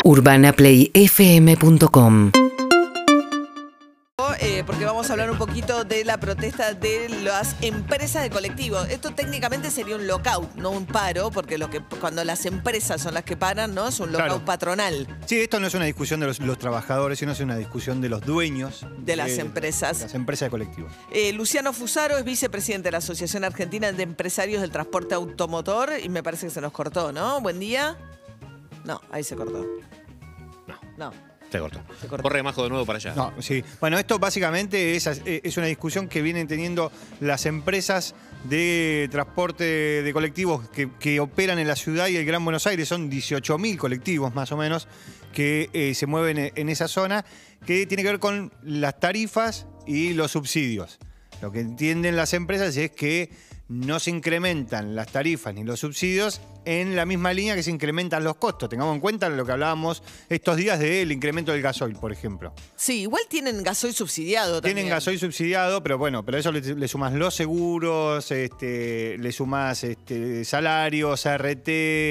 UrbanaPlayFM.com. Porque vamos a hablar un poquito de la protesta de las empresas de colectivos. Esto técnicamente sería un lockout, no un paro, porque cuando las empresas son las que paran, ¿no? Es un lockout patronal. Sí, esto no es una discusión de los trabajadores, sino es una discusión de los dueños de las empresas. De las empresas de colectivos. Luciano Fusaro es vicepresidente de la Asociación Argentina de Empresarios del Transporte Automotor y me parece que se nos cortó, ¿no? Buen día. No, ahí se cortó. No. Se cortó. Corre Majo de nuevo para allá. No, sí. Bueno, esto básicamente es una discusión que vienen teniendo las empresas de transporte de colectivos que operan en la ciudad y el Gran Buenos Aires. Son 18.000 colectivos más o menos que se mueven en esa zona, que tiene que ver con las tarifas y los subsidios. Lo que entienden las empresas es que no se incrementan las tarifas ni los subsidios en la misma línea que se incrementan los costos. Tengamos en cuenta lo que hablábamos estos días del incremento del gasoil, por ejemplo. Sí, igual tienen gasoil subsidiado también. Tienen gasoil subsidiado, pero bueno, pero a eso le sumas los seguros, le sumas salarios, ART,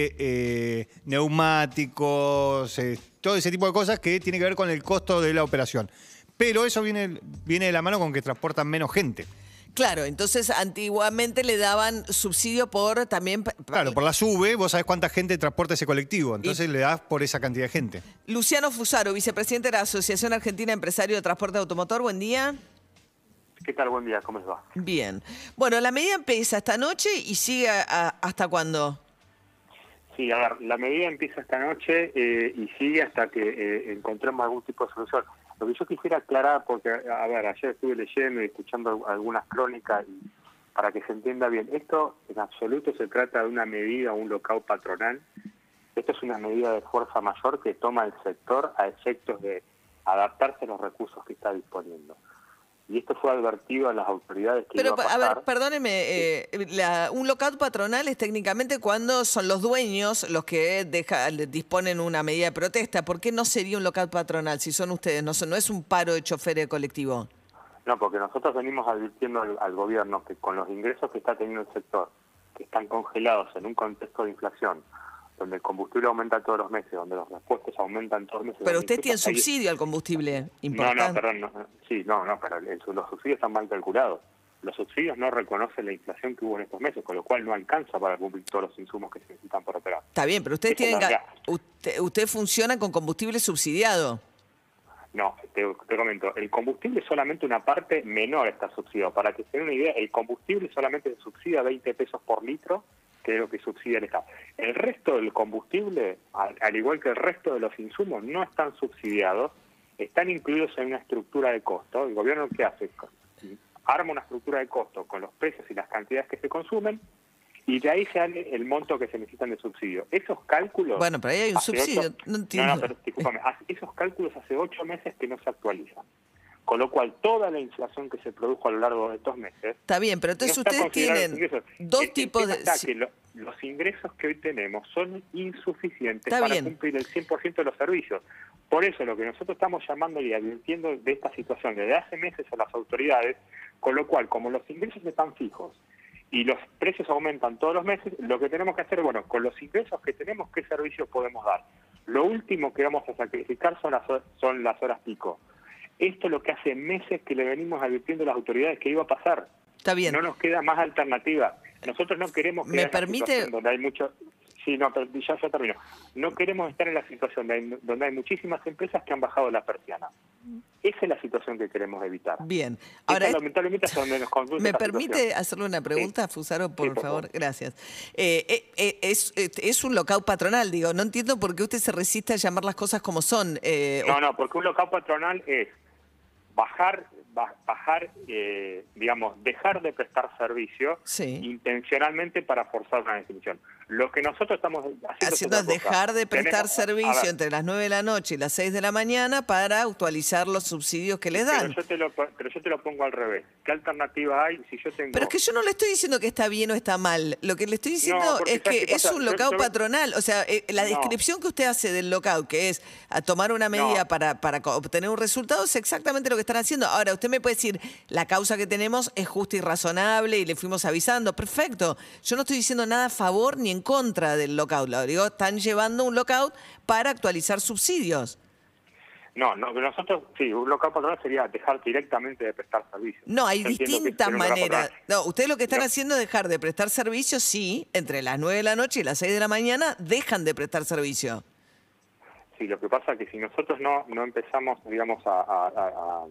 neumáticos, todo ese tipo de cosas que tiene que ver con el costo de la operación. Pero eso viene de la mano con que transportan menos gente. Claro, entonces antiguamente le daban subsidio por también... Claro, por la SUBE, vos sabés cuánta gente transporta ese colectivo, entonces le das por esa cantidad de gente. Luciano Fusaro, vicepresidente de la Asociación Argentina de Empresarios de Transporte Automotor, buen día. ¿Qué tal? Buen día, ¿cómo les va? Bien. Bueno, la medida empieza esta noche y sigue ¿hasta cuándo? Sí, a ver, la medida empieza esta noche y sigue hasta que encontremos algún tipo de solución. Lo que yo quisiera aclarar, porque, a ver, ayer estuve leyendo y escuchando algunas crónicas y para que se entienda bien, esto en absoluto se trata de una medida o un lockout patronal. Esto es una medida de fuerza mayor que toma el sector a efectos de adaptarse a los recursos que está disponiendo. Y esto fue advertido a las autoridades que iba a pasar. A ver, perdóneme, un lockout patronal es técnicamente cuando son los dueños los que disponen una medida de protesta. ¿Por qué no sería un lockout patronal si son ustedes? No es un paro de choferes de colectivo. No, porque nosotros venimos advirtiendo al gobierno que con los ingresos que está teniendo el sector, que están congelados en un contexto de inflación, donde el combustible aumenta todos los meses, donde los repuestos aumentan todos los meses. Pero usted tiene subsidio al combustible, importante. Pero los subsidios están mal calculados. Los subsidios no reconocen la inflación que hubo en estos meses, con lo cual no alcanza para cumplir todos los insumos que se necesitan por operar. Está bien, pero ustedes usted funciona con combustible subsidiado. No, te comento, el combustible es solamente una parte menor está subsidiado. Para que se den una idea, el combustible solamente se subsidia 20 pesos por litro, que es lo que subsidia el Estado. El resto del combustible, al igual que el resto de los insumos, no están subsidiados, están incluidos en una estructura de costo. El gobierno, ¿qué hace? Arma una estructura de costo con los precios y las cantidades que se consumen, y de ahí sale el monto que se necesitan de subsidio. Esos cálculos... Bueno, pero ahí hay un subsidio, no entiendo. No, pero discúlpame, esos cálculos hace 8 meses que no se actualizan. Con lo cual, toda la inflación que se produjo a lo largo de estos meses... Está bien, pero entonces ustedes tienen dos tipos de... Los ingresos que hoy tenemos son insuficientes para cumplir el 100% de los servicios. Por eso, lo que nosotros estamos llamando y advirtiendo de esta situación desde hace meses a las autoridades, con lo cual, como los ingresos están fijos y los precios aumentan todos los meses, lo que tenemos que hacer, bueno, con los ingresos que tenemos, ¿qué servicios podemos dar? Lo último que vamos a sacrificar son las horas pico. Esto es lo que hace meses que le venimos advirtiendo a las autoridades que iba a pasar. Está bien. No nos queda más alternativa. Nosotros no queremos que ¿Me permite? Donde hay mucho... Sí, no, pero ya termino. No queremos estar en la situación donde hay muchísimas empresas que han bajado la persiana. Esa es la situación que queremos evitar. Bien. Ahora, lamentablemente es donde nos conduce ¿me esta permite situación? hacerle una pregunta, Sí. Fusaro, por favor? favor? Gracias. Es un lockout patronal, digo. No entiendo por qué usted se resiste a llamar las cosas como son. No, porque un lockout patronal es digamos, dejar de prestar servicio intencionalmente para forzar una definición. Lo que nosotros estamos haciendo es dejar de prestar servicio entre las 9 de la noche y las 6 de la mañana para actualizar los subsidios que les dan. Pero yo te lo pongo al revés. ¿Qué alternativa hay si yo tengo...? Pero es que yo no le estoy diciendo que está bien o está mal. Lo que le estoy diciendo es que es un lockout patronal. O sea, la descripción que usted hace del lockout, que es a tomar una medida para obtener un resultado, es exactamente lo que están haciendo. Ahora, usted me puede decir, la causa que tenemos es justa y razonable y le fuimos avisando. Perfecto. Yo no estoy diciendo nada a favor ni en en contra del lockout. Lo digo, están llevando un lockout para actualizar subsidios. No, nosotros, sí, un lockout patronal sería dejar directamente de prestar servicios. No, hay distintas maneras. No, ustedes lo que están haciendo es dejar de prestar servicios, sí, entre las 9 de la noche y las 6 de la mañana dejan de prestar servicio. Sí, lo que pasa es que si nosotros no empezamos, digamos, a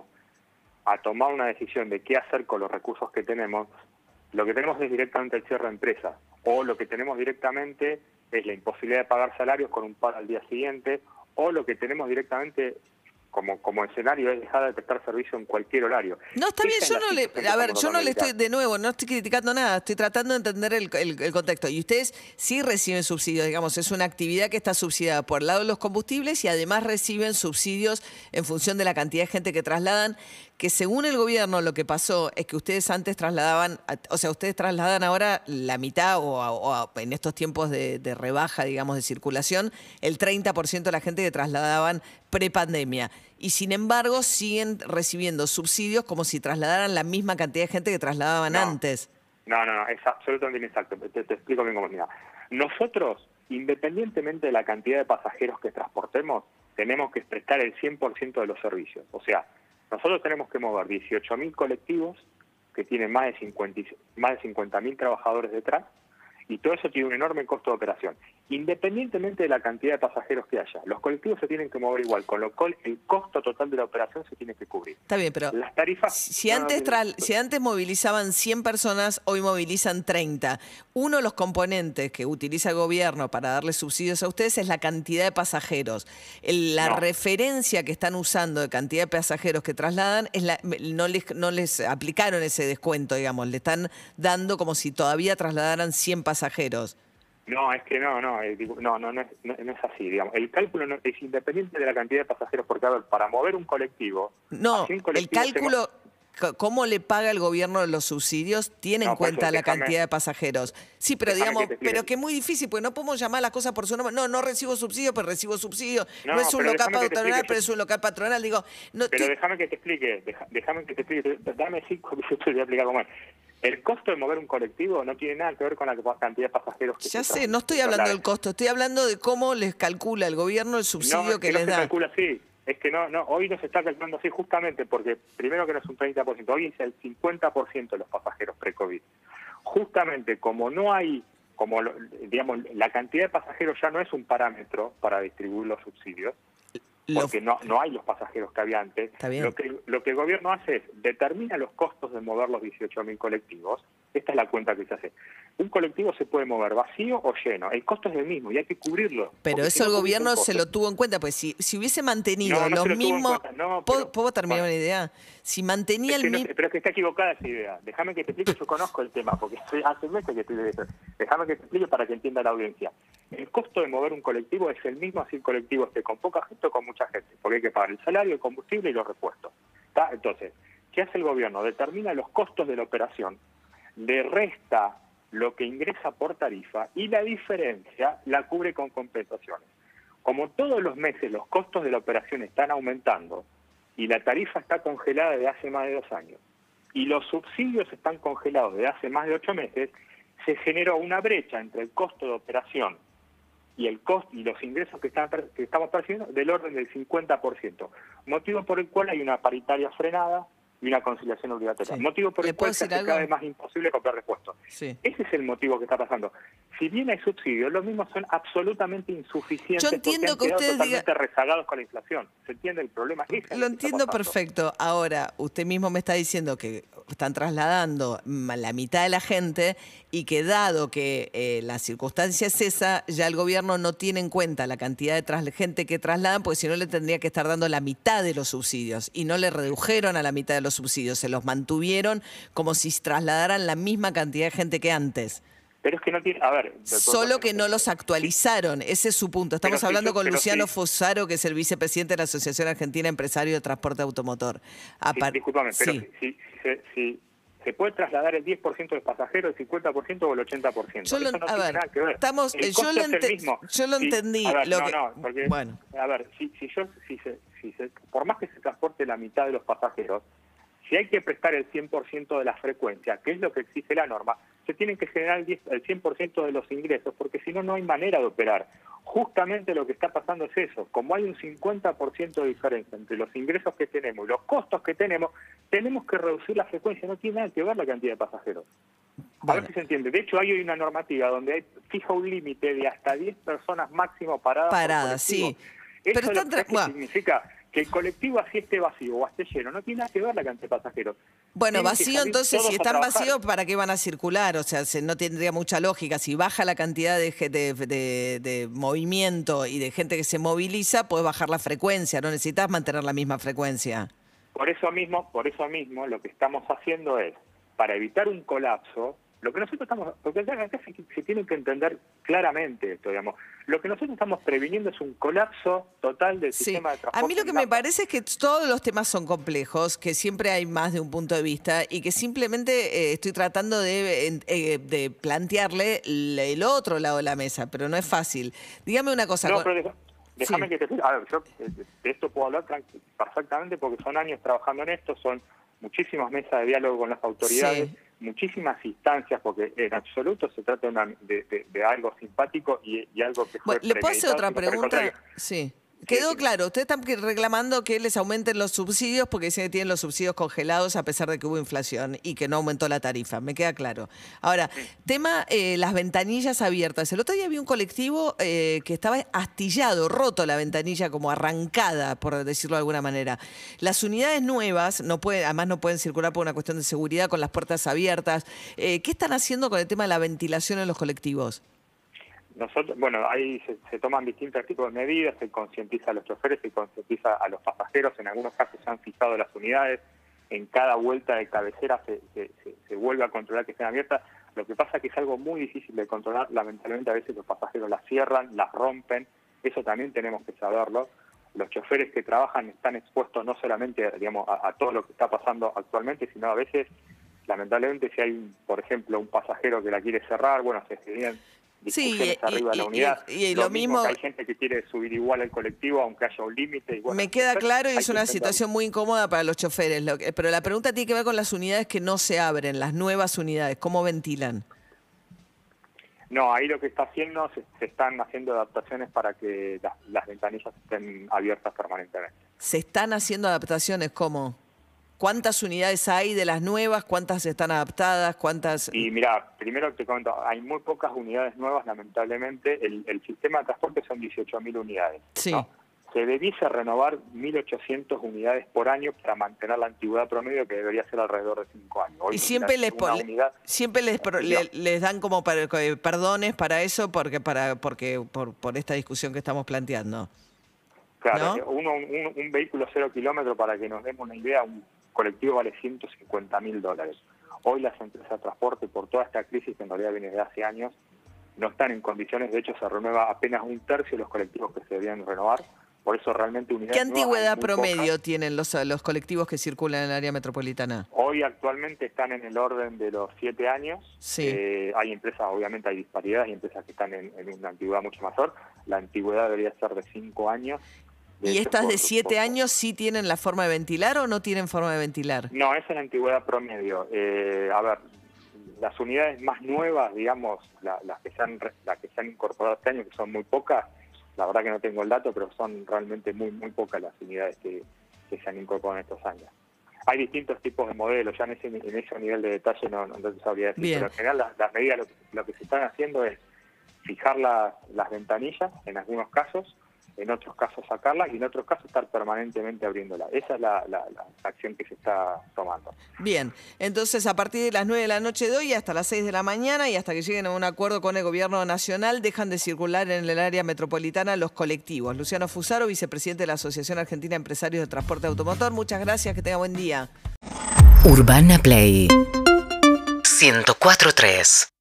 tomar una decisión de qué hacer con los recursos que tenemos, lo que tenemos es directamente el cierre de empresas, o lo que tenemos directamente es la imposibilidad de pagar salarios con un paro al día siguiente, o lo que tenemos directamente como escenario es dejar de prestar servicio en cualquier horario. No, está bien, yo no le estoy, de nuevo, no estoy criticando nada, estoy tratando de entender el contexto. Y ustedes sí reciben subsidios, digamos, es una actividad que está subsidiada por el lado de los combustibles y además reciben subsidios en función de la cantidad de gente que trasladan, que según el gobierno lo que pasó es que ustedes antes trasladaban, o sea, ustedes trasladan ahora la mitad o en estos tiempos de rebaja, digamos, de circulación, el 30% de la gente que trasladaban prepandemia. Y sin embargo siguen recibiendo subsidios como si trasladaran la misma cantidad de gente que trasladaban antes. No, es absolutamente inexacto. Te explico bien cómo es. Mira, nosotros, independientemente de la cantidad de pasajeros que transportemos, tenemos que prestar el 100% de los servicios. O sea, nosotros tenemos que mover 18.000 colectivos que tienen más de 50.000 trabajadores detrás, y todo eso tiene un enorme costo de operación. Independientemente de la cantidad de pasajeros que haya, los colectivos se tienen que mover igual, con lo cual el costo total de la operación se tiene que cubrir. Está bien, pero las tarifas, si antes movilizaban 100 personas, hoy movilizan 30. Uno de los componentes que utiliza el gobierno para darle subsidios a ustedes es la cantidad de pasajeros. La referencia que están usando de cantidad de pasajeros que trasladan es no les aplicaron ese descuento, digamos, le están dando como si todavía trasladaran 100 pasajeros. No, es que no es así, digamos. El cálculo es independiente de la cantidad de pasajeros, porque, a ver, para mover un colectivo... No, el cálculo, ¿cómo le paga el gobierno los subsidios? Tiene en cuenta la cantidad de pasajeros. Sí, pero digamos, pero que es muy difícil, porque no podemos llamar las cosas por su nombre. No recibo subsidio, pero recibo subsidio. No es un local patronal, pero es un local patronal. Digo, pero déjame que te explique, dame 5 minutos y te voy a explicar cómo es. El costo de mover un colectivo no tiene nada que ver con la cantidad de pasajeros que ya sé, no estoy hablando del costo, estoy hablando de cómo les calcula el gobierno el subsidio que les da. No se calcula así, es que hoy no se está calculando así justamente porque primero que no es un 30%, hoy es el 50% de los pasajeros pre-COVID. Justamente como no hay, digamos, la cantidad de pasajeros ya no es un parámetro para distribuir los subsidios, porque no hay los pasajeros que había antes. Lo que el gobierno hace es determina los costos de mover los 18.000 colectivos. Esta es la cuenta que se hace. Un colectivo se puede mover vacío o lleno. El costo es el mismo y hay que cubrirlo. Pero eso el gobierno se lo tuvo en cuenta, pues si hubiese mantenido los mismos... ¿Puedo terminar una idea? Si mantenía el mismo... Pero es que está equivocada esa idea. Déjame que te explique, yo conozco el tema, porque hace meses que estoy de eso. Déjame que te explique para que entienda la audiencia. El costo de mover un colectivo es el mismo si el colectivo esté con poca gente o con mucha gente, porque hay que pagar el salario, el combustible y los repuestos. ¿Está? Entonces, ¿qué hace el gobierno? Determina los costos de la operación, le resta lo que ingresa por tarifa y la diferencia la cubre con compensaciones. Como todos los meses los costos de la operación están aumentando y la tarifa está congelada desde hace más de 2 años y los subsidios están congelados desde hace más de 8 meses, se generó una brecha entre el costo de operación y el costo y los ingresos que estamos percibiendo del orden del 50%, motivo por el cual hay una paritaria frenada y una conciliación obligatoria. Sí. Motivo por el cual se hace cada vez más imposible comprar repuestos. Sí. Ese es el motivo que está pasando. Si bien hay subsidios, los mismos son absolutamente insuficientes. Yo entiendo porque han que ustedes totalmente rezagados con la inflación. ¿Se entiende el problema? Lo entiendo perfecto. Ahora, usted mismo me está diciendo que están trasladando la mitad de la gente y que dado que la circunstancia es esa, ya el gobierno no tiene en cuenta la cantidad de gente que trasladan, porque si no le tendría que estar dando la mitad de los subsidios y no le redujeron a la mitad de los subsidios, se los mantuvieron como si trasladaran la misma cantidad de gente que antes. Pero es que no tiene, a ver... Solo que no los actualizaron, ese es su punto. Estamos hablando con Luciano Fusaro, que es el vicepresidente de la Asociación Argentina Empresario de Transporte Automotor. Discúlpame, pero si se puede trasladar el 10% de pasajeros, el 50% o el 80%. Yo lo entendí. A ver, a ver, por más que se transporte la mitad de los pasajeros, Si hay que prestar el 100% de la frecuencia, que es lo que exige la norma, se tienen que generar el 100% de los ingresos, porque si no, no hay manera de operar. Justamente lo que está pasando es eso. Como hay un 50% de diferencia entre los ingresos que tenemos y los costos que tenemos que reducir la frecuencia. No tiene nada que ver la cantidad de pasajeros. A ver si se entiende. De hecho, hay una normativa donde fija un límite de hasta 10 personas máximo paradas. Sí. Eso significa que el colectivo así esté vacío o esté lleno. No tiene nada que ver la cantidad de pasajeros. Bueno, vacío, entonces, si están vacíos, ¿para qué van a circular? O sea, no tendría mucha lógica. Si baja la cantidad de movimiento y de gente que se moviliza, puedes bajar la frecuencia, no necesitas mantener la misma frecuencia. Por eso mismo, lo que estamos haciendo es, para evitar un colapso, lo que nosotros estamos, porque acá se tiene que entender claramente esto, digamos. Lo que nosotros estamos previniendo es un colapso total del sistema de transporte. A mí lo que me parece es que todos los temas son complejos, que siempre hay más de un punto de vista y que simplemente estoy tratando de plantearle el otro lado de la mesa, pero no es fácil. Dígame una cosa. No, pero déjame que te explique. A ver, yo de esto puedo hablar perfectamente porque son años trabajando en esto, son muchísimas mesas de diálogo con las autoridades, muchísimas instancias, porque en absoluto se trata de algo simpático y algo que fue ¿Le puedo hacer otra pregunta? Sí. Quedó claro, ustedes están reclamando que les aumenten los subsidios porque dicen que tienen los subsidios congelados a pesar de que hubo inflación y que no aumentó la tarifa, me queda claro. Ahora, tema las ventanillas abiertas. El otro día vi un colectivo que estaba astillado, roto la ventanilla como arrancada, por decirlo de alguna manera. Las unidades nuevas además no pueden circular por una cuestión de seguridad con las puertas abiertas. ¿Qué están haciendo con el tema de la ventilación en los colectivos? Nosotros, ahí se toman distintos tipos de medidas, se concientiza a los choferes, se concientiza a los pasajeros, en algunos casos se han fijado las unidades, en cada vuelta de cabecera se vuelve a controlar que estén abiertas. Lo que pasa es que es algo muy difícil de controlar, lamentablemente a veces los pasajeros las cierran, las rompen, eso también tenemos que saberlo. Los choferes que trabajan están expuestos no solamente, digamos, a todo lo que está pasando actualmente, sino a veces, lamentablemente, si hay, por ejemplo, un pasajero que la quiere cerrar, se generan discusiones arriba de la unidad. Y lo mismo que hay gente que quiere subir igual al colectivo aunque haya un límite. Me queda claro y es una situación muy incómoda para los choferes. Pero la pregunta tiene que ver con las unidades que no se abren, las nuevas unidades. ¿Cómo ventilan? No, ahí lo que está haciendo, se están haciendo adaptaciones para que las ventanillas estén abiertas permanentemente. ¿Se están haciendo adaptaciones? ¿Cómo? ¿Cuántas unidades hay de las nuevas? ¿Cuántas están adaptadas? ¿Cuántas? Y mira, primero te comento, hay muy pocas unidades nuevas, lamentablemente. El sistema de transporte son 18.000 unidades. Sí. ¿No? Se debiese renovar 1.800 unidades por año para mantener la antigüedad promedio, que debería ser alrededor de 5 años. Hoy y siempre les dan como perdones para eso, porque por esta discusión que estamos planteando. Claro, ¿no? Un vehículo 0 kilómetros, para que nos demos una idea, un colectivo vale $150.000. Hoy las empresas de transporte, por toda esta crisis que en realidad viene de hace años, no están en condiciones. De hecho, se renueva apenas un tercio de los colectivos que se deberían renovar. Por eso realmente unidades. ¿Qué antigüedad promedio tienen los colectivos que circulan en el área metropolitana? Hoy actualmente están en el orden de los 7 años. Sí. Hay empresas, obviamente hay disparidades, hay empresas que están en una antigüedad mucho mayor. La antigüedad debería ser de 5 años. ¿Y estas de 7 años sí tienen la forma de ventilar o no tienen forma de ventilar? No, esa es la antigüedad promedio. A ver, las unidades más nuevas, digamos, las que se han incorporado este año, que son muy pocas, la verdad que no tengo el dato, pero son realmente muy pocas las unidades que se han incorporado en estos años. Hay distintos tipos de modelos, ya en ese nivel de detalle no te sabría decir. Bien. Pero en general las medidas, lo que se están haciendo es fijar las ventanillas, en algunos casos, en otros casos sacarla y en otros casos estar permanentemente abriéndola. Esa es la acción que se está tomando. Bien, entonces a partir de las 9 de la noche de hoy hasta las 6 de la mañana y hasta que lleguen a un acuerdo con el gobierno nacional, dejan de circular en el área metropolitana los colectivos. Luciano Fusaro, vicepresidente de la Asociación Argentina de Empresarios de Transporte Automotor, muchas gracias, que tenga buen día. Urbana Play 104.3